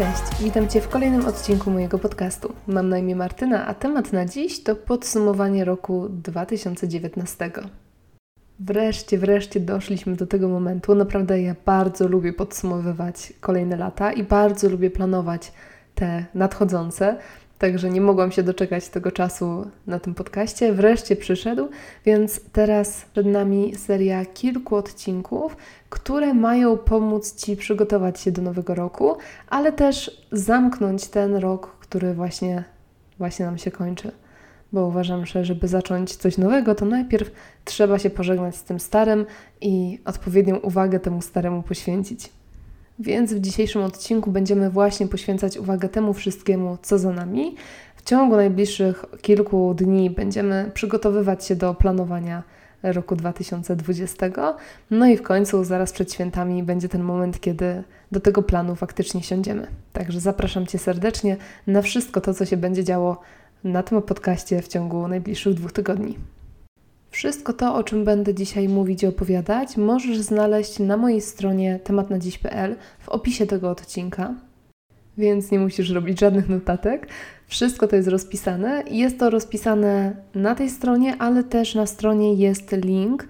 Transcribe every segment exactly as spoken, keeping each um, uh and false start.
Cześć, witam Cię w kolejnym odcinku mojego podcastu. Mam na imię Martyna, a temat na dziś to podsumowanie roku dwa tysiące dziewiętnastego. Wreszcie, wreszcie doszliśmy do tego momentu. Naprawdę ja bardzo lubię podsumowywać kolejne lata i bardzo lubię planować te nadchodzące. Także nie mogłam się doczekać tego czasu na tym podcaście. Wreszcie przyszedł, więc teraz przed nami seria kilku odcinków, które mają pomóc Ci przygotować się do nowego roku, ale też zamknąć ten rok, który właśnie, właśnie nam się kończy. Bo uważam, że żeby zacząć coś nowego, to najpierw trzeba się pożegnać z tym starym i odpowiednią uwagę temu staremu poświęcić. Więc w dzisiejszym odcinku będziemy właśnie poświęcać uwagę temu wszystkiemu, co za nami. W ciągu najbliższych kilku dni będziemy przygotowywać się do planowania roku dwa tysiące dwudziestego. No i w końcu, zaraz przed świętami, będzie ten moment, kiedy do tego planu faktycznie siądziemy. Także zapraszam Cię serdecznie na wszystko to, co się będzie działo na tym podcaście w ciągu najbliższych dwóch tygodni. Wszystko to, o czym będę dzisiaj mówić i opowiadać, możesz znaleźć na mojej stronie temat na dziś kropka p l w opisie tego odcinka, więc nie musisz robić żadnych notatek. Wszystko to jest rozpisane i jest to rozpisane na tej stronie, ale też na stronie jest link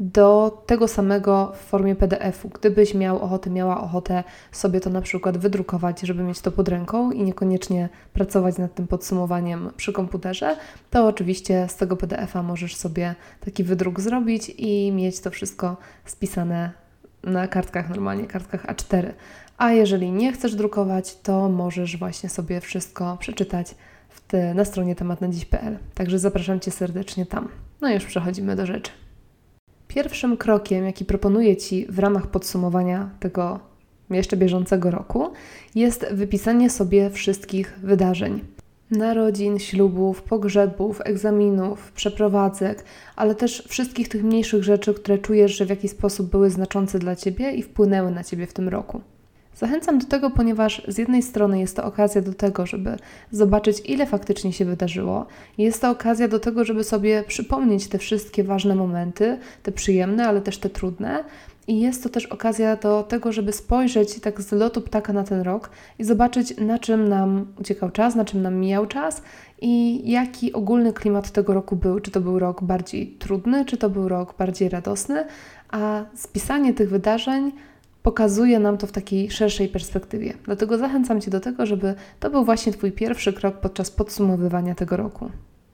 do tego samego w formie P D F u. Gdybyś miał ochotę, miała ochotę sobie to na przykład wydrukować, żeby mieć to pod ręką i niekoniecznie pracować nad tym podsumowaniem przy komputerze, to oczywiście z tego P D F a możesz sobie taki wydruk zrobić i mieć to wszystko spisane na kartkach normalnie, kartkach A cztery. A jeżeli nie chcesz drukować, to możesz właśnie sobie wszystko przeczytać w te, na stronie temat na dziś kropka p l. Także zapraszam Cię serdecznie tam. No i już przechodzimy do rzeczy. Pierwszym krokiem, jaki proponuję Ci w ramach podsumowania tego jeszcze bieżącego roku, jest wypisanie sobie wszystkich wydarzeń. Narodzin, ślubów, pogrzebów, egzaminów, przeprowadzek, ale też wszystkich tych mniejszych rzeczy, które czujesz, że w jakiś sposób były znaczące dla Ciebie i wpłynęły na Ciebie w tym roku. Zachęcam do tego, ponieważ z jednej strony jest to okazja do tego, żeby zobaczyć, ile faktycznie się wydarzyło. Jest to okazja do tego, żeby sobie przypomnieć te wszystkie ważne momenty, te przyjemne, ale też te trudne. I jest to też okazja do tego, żeby spojrzeć tak z lotu ptaka na ten rok i zobaczyć, na czym nam uciekał czas, na czym nam mijał czas i jaki ogólny klimat tego roku był. Czy to był rok bardziej trudny, czy to był rok bardziej radosny, a spisanie tych wydarzeń pokazuje nam to w takiej szerszej perspektywie. Dlatego zachęcam Cię do tego, żeby to był właśnie Twój pierwszy krok podczas podsumowywania tego roku.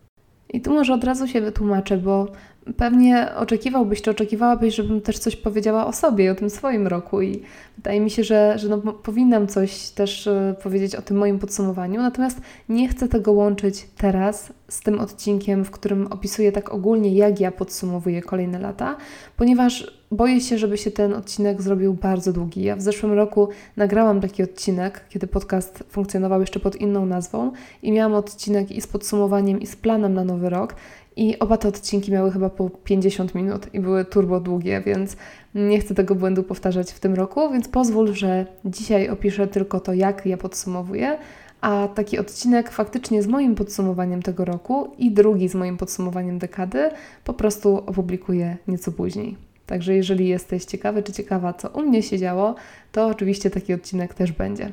I tu może od razu się wytłumaczę, bo pewnie oczekiwałbyś, czy oczekiwałabyś, żebym też coś powiedziała o sobie, o tym swoim roku i wydaje mi się, że, że no, powinnam coś też y, powiedzieć o tym moim podsumowaniu, natomiast nie chcę tego łączyć teraz z tym odcinkiem, w którym opisuję tak ogólnie, jak ja podsumowuję kolejne lata, ponieważ boję się, żeby się ten odcinek zrobił bardzo długi. Ja w zeszłym roku nagrałam taki odcinek, kiedy podcast funkcjonował jeszcze pod inną nazwą i miałam odcinek i z podsumowaniem, i z planem na nowy rok. I oba te odcinki miały chyba po pięćdziesiąt minut i były turbo długie, więc nie chcę tego błędu powtarzać w tym roku, więc pozwól, że dzisiaj opiszę tylko to, jak ja podsumowuję, a taki odcinek faktycznie z moim podsumowaniem tego roku i drugi z moim podsumowaniem dekady po prostu opublikuję nieco później. Także jeżeli jesteś ciekawy czy ciekawa, co u mnie się działo, to oczywiście taki odcinek też będzie.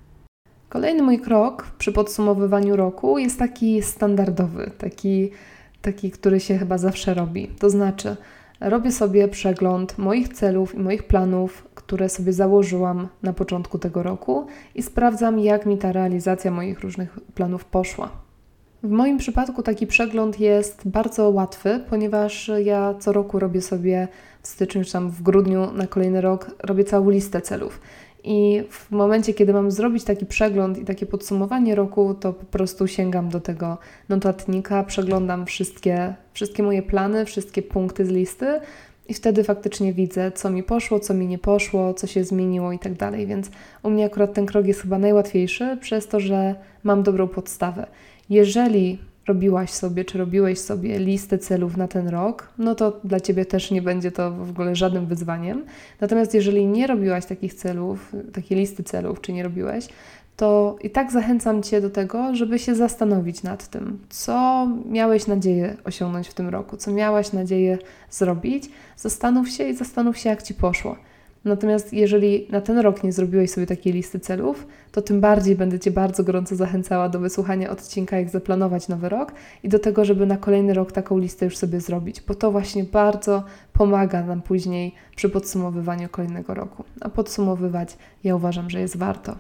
Kolejny mój krok przy podsumowywaniu roku jest taki standardowy, taki taki, który się chyba zawsze robi. To znaczy, robię sobie przegląd moich celów i moich planów, które sobie założyłam na początku tego roku i sprawdzam, jak mi ta realizacja moich różnych planów poszła. W moim przypadku taki przegląd jest bardzo łatwy, ponieważ ja co roku robię sobie w styczniu czy tam w grudniu na kolejny rok robię całą listę celów. I w momencie, kiedy mam zrobić taki przegląd i takie podsumowanie roku, to po prostu sięgam do tego notatnika, przeglądam wszystkie, wszystkie moje plany, wszystkie punkty z listy i wtedy faktycznie widzę, co mi poszło, co mi nie poszło, co się zmieniło i tak dalej. Więc u mnie akurat ten krok jest chyba najłatwiejszy, przez to, że mam dobrą podstawę. Jeżeli robiłaś sobie, czy robiłeś sobie listę celów na ten rok, no to dla Ciebie też nie będzie to w ogóle żadnym wyzwaniem. Natomiast jeżeli nie robiłaś takich celów, takiej listy celów, czy nie robiłeś, to i tak zachęcam Cię do tego, żeby się zastanowić nad tym, co miałeś nadzieję osiągnąć w tym roku, co miałaś nadzieję zrobić. Zastanów się i zastanów się, jak Ci poszło. Natomiast jeżeli na ten rok nie zrobiłeś sobie takiej listy celów, to tym bardziej będę Cię bardzo gorąco zachęcała do wysłuchania odcinka, jak zaplanować nowy rok i do tego, żeby na kolejny rok taką listę już sobie zrobić, bo to właśnie bardzo pomaga nam później przy podsumowywaniu kolejnego roku. A podsumowywać ja uważam, że jest warto.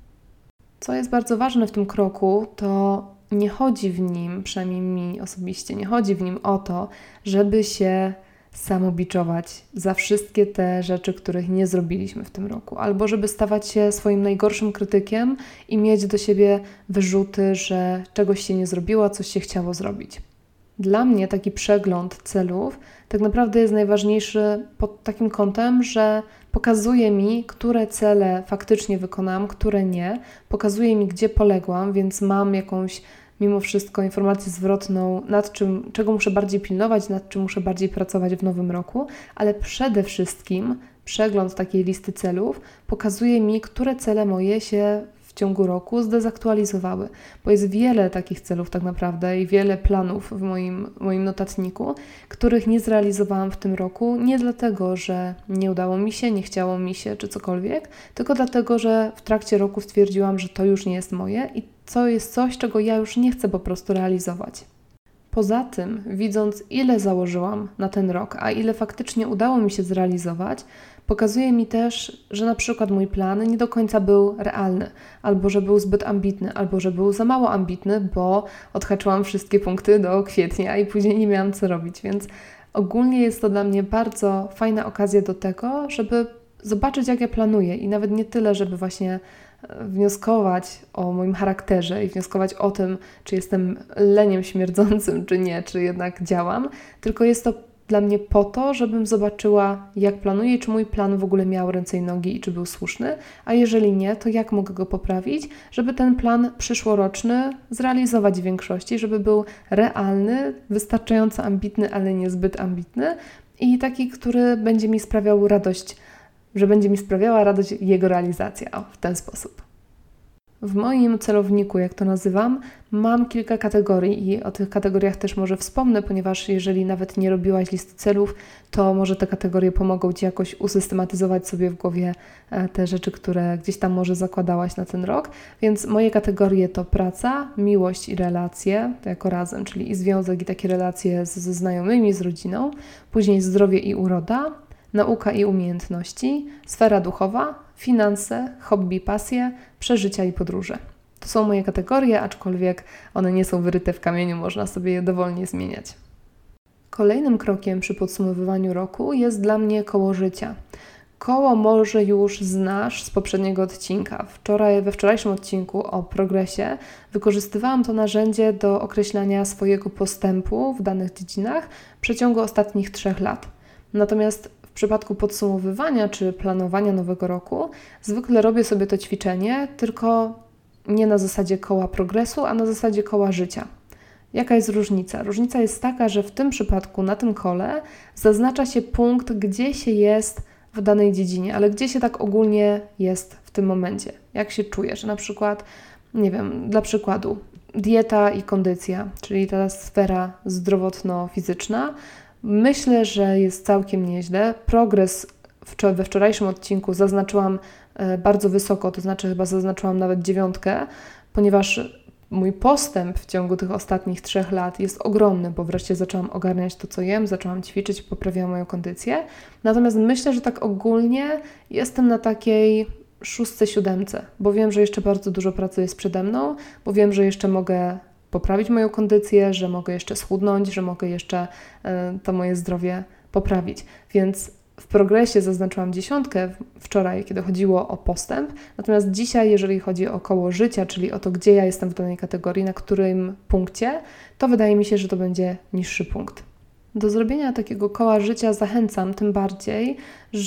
Co jest bardzo ważne w tym kroku, to nie chodzi w nim, przynajmniej mi osobiście, nie chodzi w nim o to, żeby się samobiczować za wszystkie te rzeczy, których nie zrobiliśmy w tym roku, albo żeby stawać się swoim najgorszym krytykiem i mieć do siebie wyrzuty, że czegoś się nie zrobiło, coś się chciało zrobić. Dla mnie taki przegląd celów tak naprawdę jest najważniejszy pod takim kątem, że pokazuje mi, które cele faktycznie wykonałam, które nie, pokazuje mi, gdzie poległam, więc mam jakąś mimo wszystko informację zwrotną, nad czym, czego muszę bardziej pilnować, nad czym muszę bardziej pracować w nowym roku, ale przede wszystkim przegląd takiej listy celów pokazuje mi, które cele moje się w ciągu roku zdezaktualizowały, bo jest wiele takich celów tak naprawdę i wiele planów w moim, moim notatniku, których nie zrealizowałam w tym roku, nie dlatego, że nie udało mi się, nie chciało mi się czy cokolwiek, tylko dlatego, że w trakcie roku stwierdziłam, że to już nie jest moje i to jest coś, czego ja już nie chcę po prostu realizować. Poza tym, widząc ile założyłam na ten rok, a ile faktycznie udało mi się zrealizować, pokazuje mi też, że na przykład mój plan nie do końca był realny, albo że był zbyt ambitny, albo że był za mało ambitny, bo odhaczyłam wszystkie punkty do kwietnia i później nie miałam co robić, więc ogólnie jest to dla mnie bardzo fajna okazja do tego, żeby zobaczyć, jak ja planuję i nawet nie tyle, żeby właśnie wnioskować o moim charakterze i wnioskować o tym, czy jestem leniem śmierdzącym, czy nie, czy jednak działam, tylko jest to dla mnie po to, żebym zobaczyła, jak planuję i czy mój plan w ogóle miał ręce i nogi i czy był słuszny, a jeżeli nie, to jak mogę go poprawić, żeby ten plan przyszłoroczny zrealizować w większości, żeby był realny, wystarczająco ambitny, ale niezbyt ambitny i taki, który będzie mi sprawiał radość, że będzie mi sprawiała radość jego realizacja. O, w ten sposób. W moim celowniku, jak to nazywam, mam kilka kategorii i o tych kategoriach też może wspomnę, ponieważ jeżeli nawet nie robiłaś listy celów, to może te kategorie pomogą Ci jakoś usystematyzować sobie w głowie te rzeczy, które gdzieś tam może zakładałaś na ten rok. Więc moje kategorie to praca, miłość i relacje, to jako razem, czyli i związek, i takie relacje z, ze znajomymi, z rodziną. Później zdrowie i uroda, nauka i umiejętności, sfera duchowa, finanse, hobby, pasje, przeżycia i podróże. To są moje kategorie, aczkolwiek one nie są wyryte w kamieniu, można sobie je dowolnie zmieniać. Kolejnym krokiem przy podsumowywaniu roku jest dla mnie koło życia. Koło może już znasz z poprzedniego odcinka. Wczoraj, we wczorajszym odcinku o progresie wykorzystywałam to narzędzie do określania swojego postępu w danych dziedzinach w przeciągu ostatnich trzech lat. Natomiast w przypadku podsumowywania czy planowania nowego roku zwykle robię sobie to ćwiczenie, tylko nie na zasadzie koła progresu, a na zasadzie koła życia. Jaka jest różnica? Różnica jest taka, że w tym przypadku na tym kole zaznacza się punkt, gdzie się jest w danej dziedzinie, ale gdzie się tak ogólnie jest w tym momencie. Jak się czujesz? Na przykład, nie wiem, dla przykładu dieta i kondycja, czyli ta sfera zdrowotno-fizyczna. Myślę, że jest całkiem nieźle. Progres we wczorajszym odcinku zaznaczyłam bardzo wysoko, to znaczy chyba zaznaczyłam nawet dziewiątkę, ponieważ mój postęp w ciągu tych ostatnich trzech lat jest ogromny, bo wreszcie zaczęłam ogarniać to, co jem, zaczęłam ćwiczyć, poprawiałam moją kondycję. Natomiast myślę, że tak ogólnie jestem na takiej szóstce, siódemce, bo wiem, że jeszcze bardzo dużo pracy jest przede mną, bo wiem, że jeszcze mogę poprawić moją kondycję, że mogę jeszcze schudnąć, że mogę jeszcze y, to moje zdrowie poprawić. Więc w progresie zaznaczyłam dziesiątkę wczoraj, kiedy chodziło o postęp, natomiast dzisiaj, jeżeli chodzi o koło życia, czyli o to, gdzie ja jestem w danej kategorii, na którym punkcie, to wydaje mi się, że to będzie niższy punkt. Do zrobienia takiego koła życia zachęcam tym bardziej,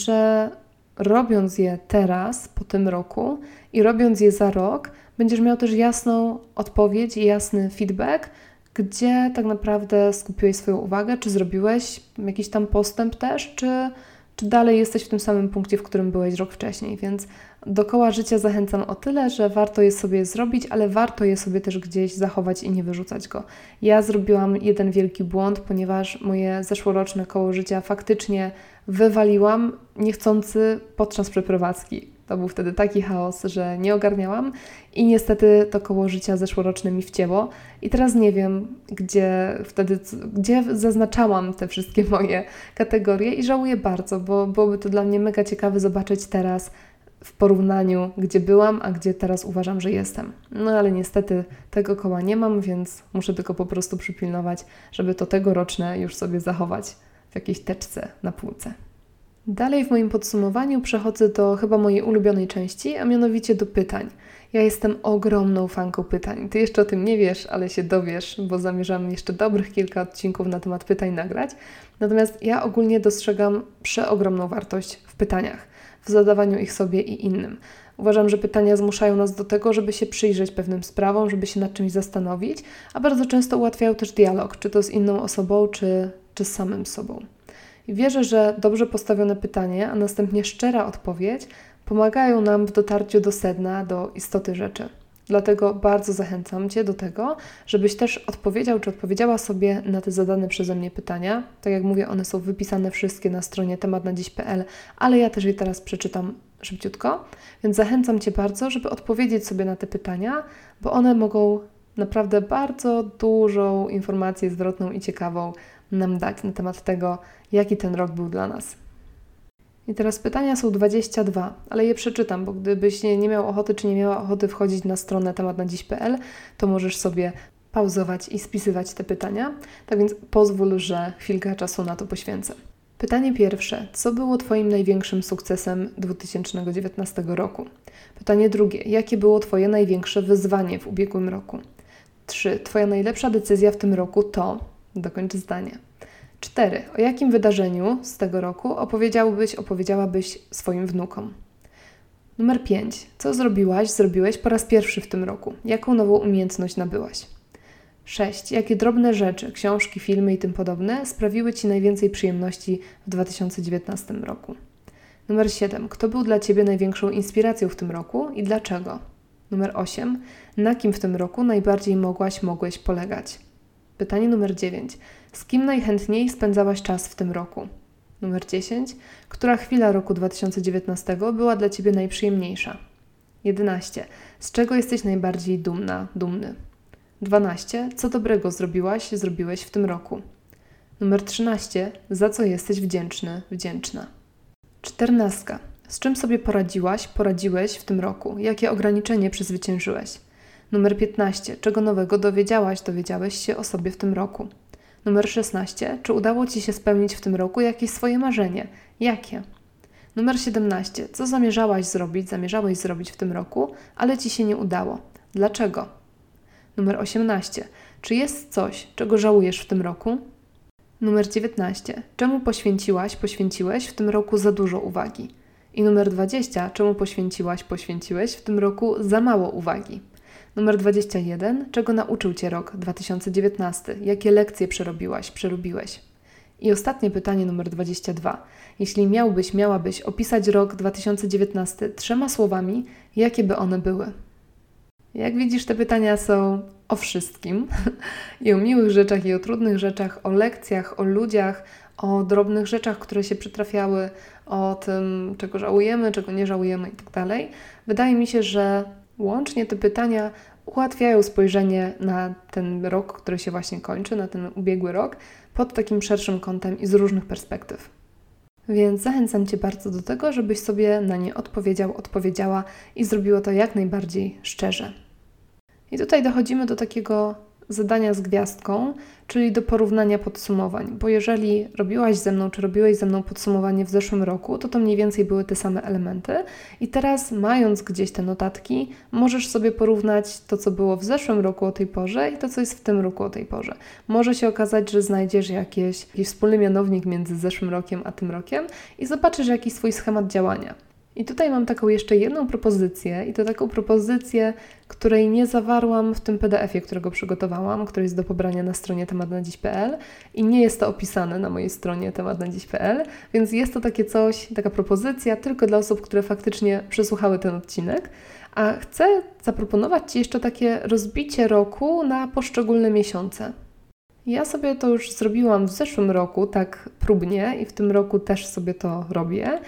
że robiąc je teraz, po tym roku i robiąc je za rok, będziesz miał też jasną odpowiedź i jasny feedback, gdzie tak naprawdę skupiłeś swoją uwagę, czy zrobiłeś jakiś tam postęp też, czy, czy dalej jesteś w tym samym punkcie, w którym byłeś rok wcześniej. Więc do koła życia zachęcam o tyle, że warto je sobie zrobić, ale warto je sobie też gdzieś zachować i nie wyrzucać go. Ja zrobiłam jeden wielki błąd, ponieważ moje zeszłoroczne koło życia faktycznie wywaliłam niechcący podczas przeprowadzki. To był wtedy taki chaos, że nie ogarniałam i niestety to koło życia zeszłoroczne mi wcięło i teraz nie wiem, gdzie wtedy, gdzie zaznaczałam te wszystkie moje kategorie i żałuję bardzo, bo byłoby to dla mnie mega ciekawe zobaczyć teraz w porównaniu, gdzie byłam, a gdzie teraz uważam, że jestem. No ale niestety tego koła nie mam, więc muszę tylko po prostu przypilnować, żeby to tegoroczne już sobie zachować w jakiejś teczce na półce. Dalej w moim podsumowaniu przechodzę do chyba mojej ulubionej części, a mianowicie do pytań. Ja jestem ogromną fanką pytań. Ty jeszcze o tym nie wiesz, ale się dowiesz, bo zamierzam jeszcze dobrych kilka odcinków na temat pytań nagrać. Natomiast ja ogólnie dostrzegam przeogromną wartość w pytaniach, w zadawaniu ich sobie i innym. Uważam, że pytania zmuszają nas do tego, żeby się przyjrzeć pewnym sprawom, żeby się nad czymś zastanowić, a bardzo często ułatwiają też dialog, czy to z inną osobą, czy, czy z samym sobą. I wierzę, że dobrze postawione pytanie, a następnie szczera odpowiedź pomagają nam w dotarciu do sedna, do istoty rzeczy. Dlatego bardzo zachęcam Cię do tego, żebyś też odpowiedział czy odpowiedziała sobie na te zadane przeze mnie pytania. Tak jak mówię, one są wypisane wszystkie na stronie temat na dziś kropka pe el, ale ja też je teraz przeczytam szybciutko, więc zachęcam Cię bardzo, żeby odpowiedzieć sobie na te pytania, bo one mogą naprawdę bardzo dużą informację zwrotną i ciekawą nam dać na temat tego, jaki ten rok był dla nas. I teraz pytania są dwadzieścia dwa, ale je przeczytam, bo gdybyś nie, nie miał ochoty, czy nie miała ochoty wchodzić na stronę temat na dziś kropka pe el, to możesz sobie pauzować i spisywać te pytania. Tak więc pozwól, że chwilkę czasu na to poświęcę. Pytanie pierwsze. Co było Twoim największym sukcesem dwa tysiące dziewiętnastego roku? Pytanie drugie. Jakie było Twoje największe wyzwanie w ubiegłym roku? trzy. Twoja najlepsza decyzja w tym roku to... Dokończ zdanie. cztery. O jakim wydarzeniu z tego roku opowiedziałbyś, opowiedziałabyś swoim wnukom? Numer pięć. Co zrobiłaś, zrobiłeś po raz pierwszy w tym roku? Jaką nową umiejętność nabyłaś? sześć. Jakie drobne rzeczy, książki, filmy i tym podobne sprawiły Ci najwięcej przyjemności w dwa tysiące dziewiętnastym roku? Numer siedem. Kto był dla Ciebie największą inspiracją w tym roku i dlaczego? Numer osiem. Na kim w tym roku najbardziej mogłaś, mogłeś polegać? Pytanie numer dziewięć. Z kim najchętniej spędzałaś czas w tym roku? Numer dziesięć. Która chwila roku dwa tysiące dziewiętnastego była dla Ciebie najprzyjemniejsza? jedenaście. Z czego jesteś najbardziej dumna, dumny? dwanaście. Co dobrego zrobiłaś, zrobiłeś w tym roku? Numer trzynaście. Za co jesteś wdzięczny, wdzięczna? czternaście. Z czym sobie poradziłaś, poradziłeś w tym roku? Jakie ograniczenie przezwyciężyłeś? Numer piętnaście. Czego nowego dowiedziałaś, dowiedziałeś się o sobie w tym roku? Numer szesnaście. Czy udało Ci się spełnić w tym roku jakieś swoje marzenie? Jakie? Numer siedemnaście. Co zamierzałaś zrobić, zamierzałeś zrobić w tym roku, ale Ci się nie udało? Dlaczego? Numer osiemnaście. Czy jest coś, czego żałujesz w tym roku? Numer dziewiętnaście. Czemu poświęciłaś, poświęciłeś w tym roku za dużo uwagi? I numer dwadzieścia. Czemu poświęciłaś, poświęciłeś w tym roku za mało uwagi? Numer dwadzieścia jeden. Czego nauczył Cię rok dwa tysiące dziewiętnasty? Jakie lekcje przerobiłaś, przerobiłeś? I ostatnie pytanie numer dwadzieścia dwa. Jeśli miałbyś, miałabyś opisać rok dwa tysiące dziewiętnasty trzema słowami, jakie by one były? Jak widzisz, te pytania są o wszystkim. I o miłych rzeczach, i o trudnych rzeczach, o lekcjach, o ludziach, o drobnych rzeczach, które się przytrafiały, o tym, czego żałujemy, czego nie żałujemy i tak dalej. Wydaje mi się, że łącznie te pytania ułatwiają spojrzenie na ten rok, który się właśnie kończy, na ten ubiegły rok, pod takim szerszym kątem i z różnych perspektyw. Więc zachęcam Cię bardzo do tego, żebyś sobie na nie odpowiedział, odpowiedziała i zrobiła to jak najbardziej szczerze. I tutaj dochodzimy do takiego zadania z gwiazdką, czyli do porównania podsumowań, bo jeżeli robiłaś ze mną, czy robiłeś ze mną podsumowanie w zeszłym roku, to to mniej więcej były te same elementy i teraz mając gdzieś te notatki, możesz sobie porównać to, co było w zeszłym roku o tej porze i to, co jest w tym roku o tej porze. Może się okazać, że znajdziesz jakieś, jakiś wspólny mianownik między zeszłym rokiem a tym rokiem i zobaczysz jakiś swój schemat działania. I tutaj mam taką jeszcze jedną propozycję i to taką propozycję, której nie zawarłam w tym P D F-ie, którego przygotowałam, który jest do pobrania na stronie temat na dziś kropka p l i nie jest to opisane na mojej stronie temat na dziś kropka p l, więc jest to takie coś, taka propozycja tylko dla osób, które faktycznie przesłuchały ten odcinek, a chcę zaproponować Ci jeszcze takie rozbicie roku na poszczególne miesiące. Ja sobie to już zrobiłam w zeszłym roku, tak próbnie i w tym roku też sobie to robię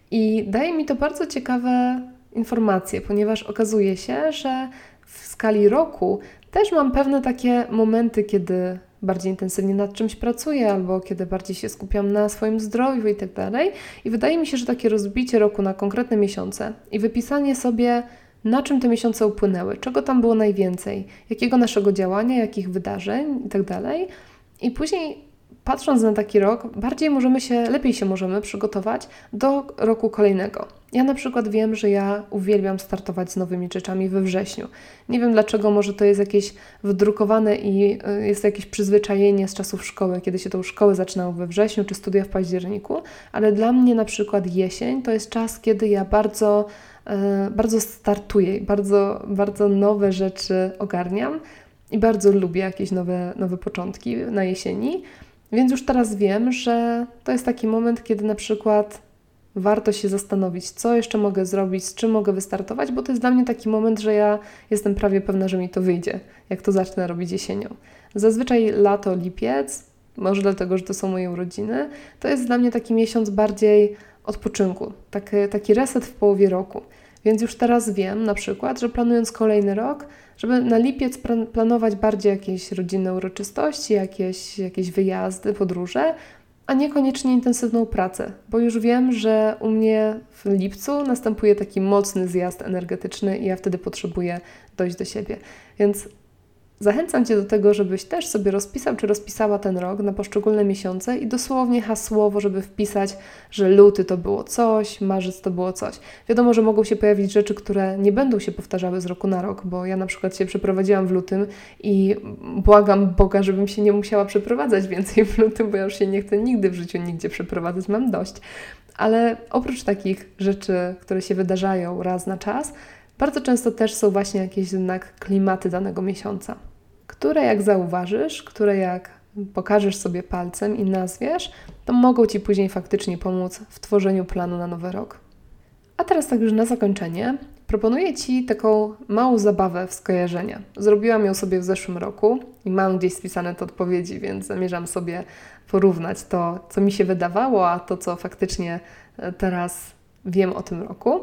i daje mi to bardzo ciekawe informacje, ponieważ okazuje się, że w skali roku też mam pewne takie momenty, kiedy bardziej intensywnie nad czymś pracuję albo kiedy bardziej się skupiam na swoim zdrowiu i tak dalej. I wydaje mi się, że takie rozbicie roku na konkretne miesiące i wypisanie sobie, na czym te miesiące upłynęły, czego tam było najwięcej, jakiego naszego działania, jakich wydarzeń i tak dalej. I później patrząc na taki rok, bardziej możemy się, lepiej się możemy przygotować do roku kolejnego. Ja na przykład wiem, że ja uwielbiam startować z nowymi rzeczami we wrześniu. Nie wiem dlaczego, może to jest jakieś wdrukowane i jest jakieś przyzwyczajenie z czasów szkoły, kiedy się tą szkołę zaczynało we wrześniu czy studia w październiku, ale dla mnie na przykład jesień to jest czas, kiedy ja bardzo, bardzo startuję, bardzo, bardzo nowe rzeczy ogarniam i bardzo lubię jakieś nowe, nowe początki na jesieni. Więc już teraz wiem, że to jest taki moment, kiedy na przykład warto się zastanowić, co jeszcze mogę zrobić, z czym mogę wystartować, bo to jest dla mnie taki moment, że ja jestem prawie pewna, że mi to wyjdzie, jak to zacznę robić jesienią. Zazwyczaj lato, lipiec, może dlatego, że to są moje urodziny, to jest dla mnie taki miesiąc bardziej odpoczynku, taki, taki reset w połowie roku. Więc już teraz wiem na przykład, że planując kolejny rok, żeby na lipiec planować bardziej jakieś rodzinne uroczystości, jakieś, jakieś wyjazdy, podróże, a niekoniecznie intensywną pracę, bo już wiem, że u mnie w lipcu następuje taki mocny zjazd energetyczny i ja wtedy potrzebuję dojść do siebie. Więc zachęcam Cię do tego, żebyś też sobie rozpisał czy rozpisała ten rok na poszczególne miesiące i dosłownie hasłowo, żeby wpisać, że luty to było coś, marzec to było coś. Wiadomo, że mogą się pojawić rzeczy, które nie będą się powtarzały z roku na rok, bo ja na przykład się przeprowadziłam w lutym i błagam Boga, żebym się nie musiała przeprowadzać więcej w lutym, bo ja już się nie chcę nigdy w życiu nigdzie przeprowadzać, mam dość. Ale oprócz takich rzeczy, które się wydarzają raz na czas, bardzo często też są właśnie jakieś jednak klimaty danego miesiąca, które jak zauważysz, które jak pokażesz sobie palcem i nazwiesz, to mogą Ci później faktycznie pomóc w tworzeniu planu na nowy rok. A teraz tak już na zakończenie proponuję Ci taką małą zabawę w skojarzenia. Zrobiłam ją sobie w zeszłym roku i mam gdzieś spisane te odpowiedzi, więc zamierzam sobie porównać to, co mi się wydawało, a to, co faktycznie teraz wiem o tym roku.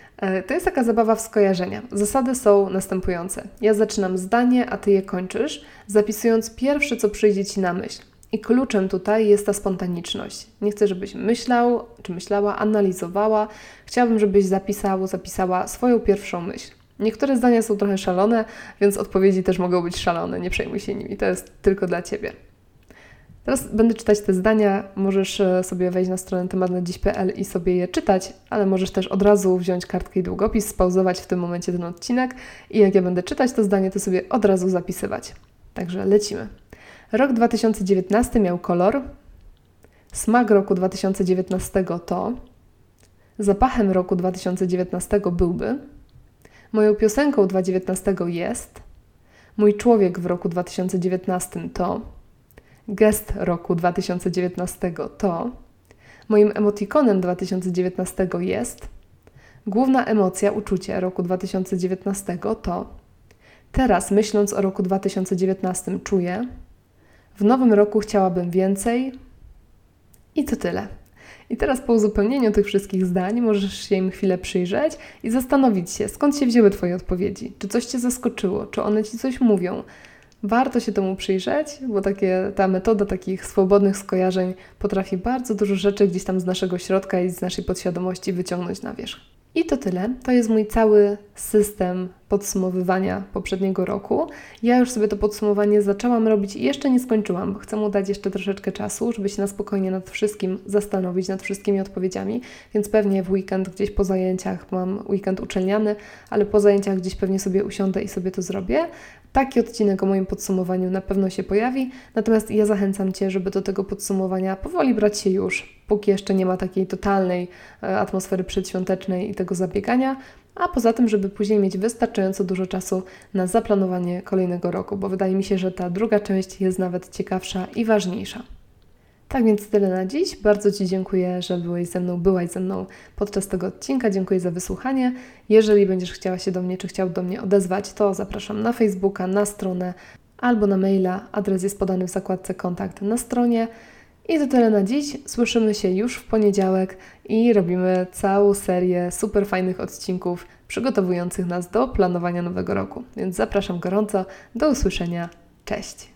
To jest taka zabawa w skojarzenia. Zasady są następujące. Ja zaczynam zdanie, a Ty je kończysz, zapisując pierwsze, co przyjdzie Ci na myśl. I kluczem tutaj jest ta spontaniczność. Nie chcę, żebyś myślał, czy myślała, analizowała. Chciałabym, żebyś zapisał, zapisała swoją pierwszą myśl. Niektóre zdania są trochę szalone, więc odpowiedzi też mogą być szalone. Nie przejmuj się nimi. To jest tylko dla Ciebie. Teraz będę czytać te zdania, możesz sobie wejść na stronę temat na dziś kropka p l i sobie je czytać, ale możesz też od razu wziąć kartkę i długopis, spauzować w tym momencie ten odcinek i jak ja będę czytać to zdanie, to sobie od razu zapisywać. Także lecimy. Rok dwa tysiące dziewiętnasty miał kolor, smak roku dwa tysiące dziewiętnastego to, zapachem roku dwa tysiące dziewiętnastego byłby, moją piosenką dwa tysiące dziewiętnastego jest, mój człowiek w roku dwa tysiące dziewiętnastym to, gest roku dwa tysiące dziewiętnastego to, moim emotikonem dwa tysiące dziewiętnastego jest, główna emocja, uczucie roku dwa tysiące dziewiętnastego to, teraz myśląc o roku dwa tysiące dziewiętnastym czuję, w nowym roku chciałabym więcej i to tyle. I teraz po uzupełnieniu tych wszystkich zdań możesz się im chwilę przyjrzeć i zastanowić się, skąd się wzięły Twoje odpowiedzi, czy coś Cię zaskoczyło, czy one Ci coś mówią. Warto się temu przyjrzeć, bo takie, ta metoda takich swobodnych skojarzeń potrafi bardzo dużo rzeczy gdzieś tam z naszego środka i z naszej podświadomości wyciągnąć na wierzch. I to tyle. To jest mój cały system podsumowywania poprzedniego roku. Ja już sobie to podsumowanie zaczęłam robić i jeszcze nie skończyłam, bo chcę mu dać jeszcze troszeczkę czasu, żeby się na spokojnie nad wszystkim zastanowić, nad wszystkimi odpowiedziami, więc pewnie w weekend gdzieś po zajęciach, mam weekend uczelniany, ale po zajęciach gdzieś pewnie sobie usiądę i sobie to zrobię. Taki odcinek o moim podsumowaniu na pewno się pojawi, natomiast ja zachęcam Cię, żeby do tego podsumowania powoli brać się już, póki jeszcze nie ma takiej totalnej atmosfery przedświątecznej i tego zabiegania, a poza tym, żeby później mieć wystarczająco dużo czasu na zaplanowanie kolejnego roku, bo wydaje mi się, że ta druga część jest nawet ciekawsza i ważniejsza. Tak więc tyle na dziś. Bardzo Ci dziękuję, że byłeś ze mną, byłaś ze mną podczas tego odcinka. Dziękuję za wysłuchanie. Jeżeli będziesz chciała się do mnie, czy chciał do mnie odezwać, to zapraszam na Facebooka, na stronę albo na maila. Adres jest podany w zakładce kontakt na stronie. I to tyle na dziś. Słyszymy się już w poniedziałek i robimy całą serię super fajnych odcinków przygotowujących nas do planowania nowego roku. Więc zapraszam gorąco. Do usłyszenia. Cześć!